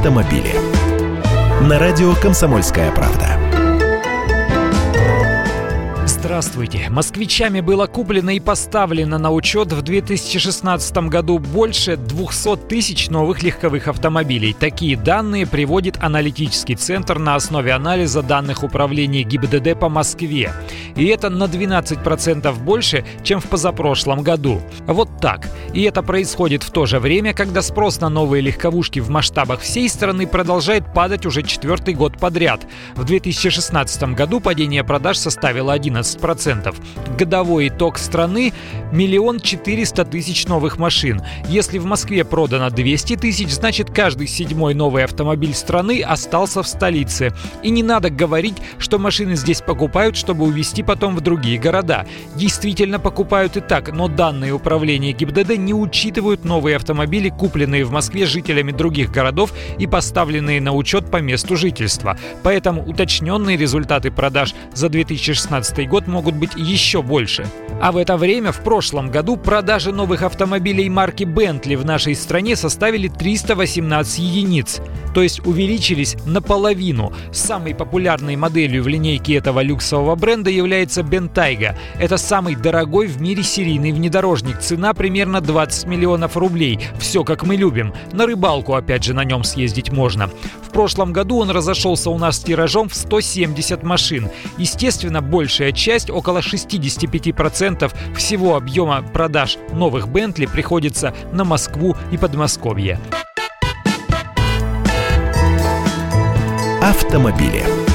автомобили. На радио «Комсомольская правда». Здравствуйте! Москвичами было куплено и поставлено на учет в 2016 году больше 200 тысяч новых легковых автомобилей. Такие данные приводит аналитический центр на основе анализа данных управления ГИБДД по Москве. И это на 12% больше, чем в позапрошлом году. Вот так. И это происходит в то же время, когда спрос на новые легковушки в масштабах всей страны продолжает падать уже 4-й год подряд. В 2016 году падение продаж составило 11%. Годовой итог страны – 1 400 000 новых машин. Если в Москве продано 200 тысяч, значит каждый 7-й новый автомобиль страны остался в столице. И не надо говорить, что машины здесь покупают, чтобы увезти потом в другие города. Действительно покупают и так, но данные управления ГИБДД не учитывают новые автомобили, купленные в Москве жителями других городов и поставленные на учет по месту жительства. Поэтому уточненные результаты продаж за 2016 год могут быть еще больше. А в это время в прошлом году продажи новых автомобилей марки Bentley в нашей стране составили 318 единиц, то есть увеличились наполовину. Самой популярной моделью в линейке этого люксового бренда является Bentayga. Это самый дорогой в мире серийный внедорожник. Цена примерно 20 миллионов рублей. Все как мы любим. На рыбалку опять же на нем съездить можно. В прошлом году он разошелся у нас тиражом в 170 машин. Естественно, большая часть, около 65% всего объема продаж новых Bentley приходится на Москву и Подмосковье. Автомобили.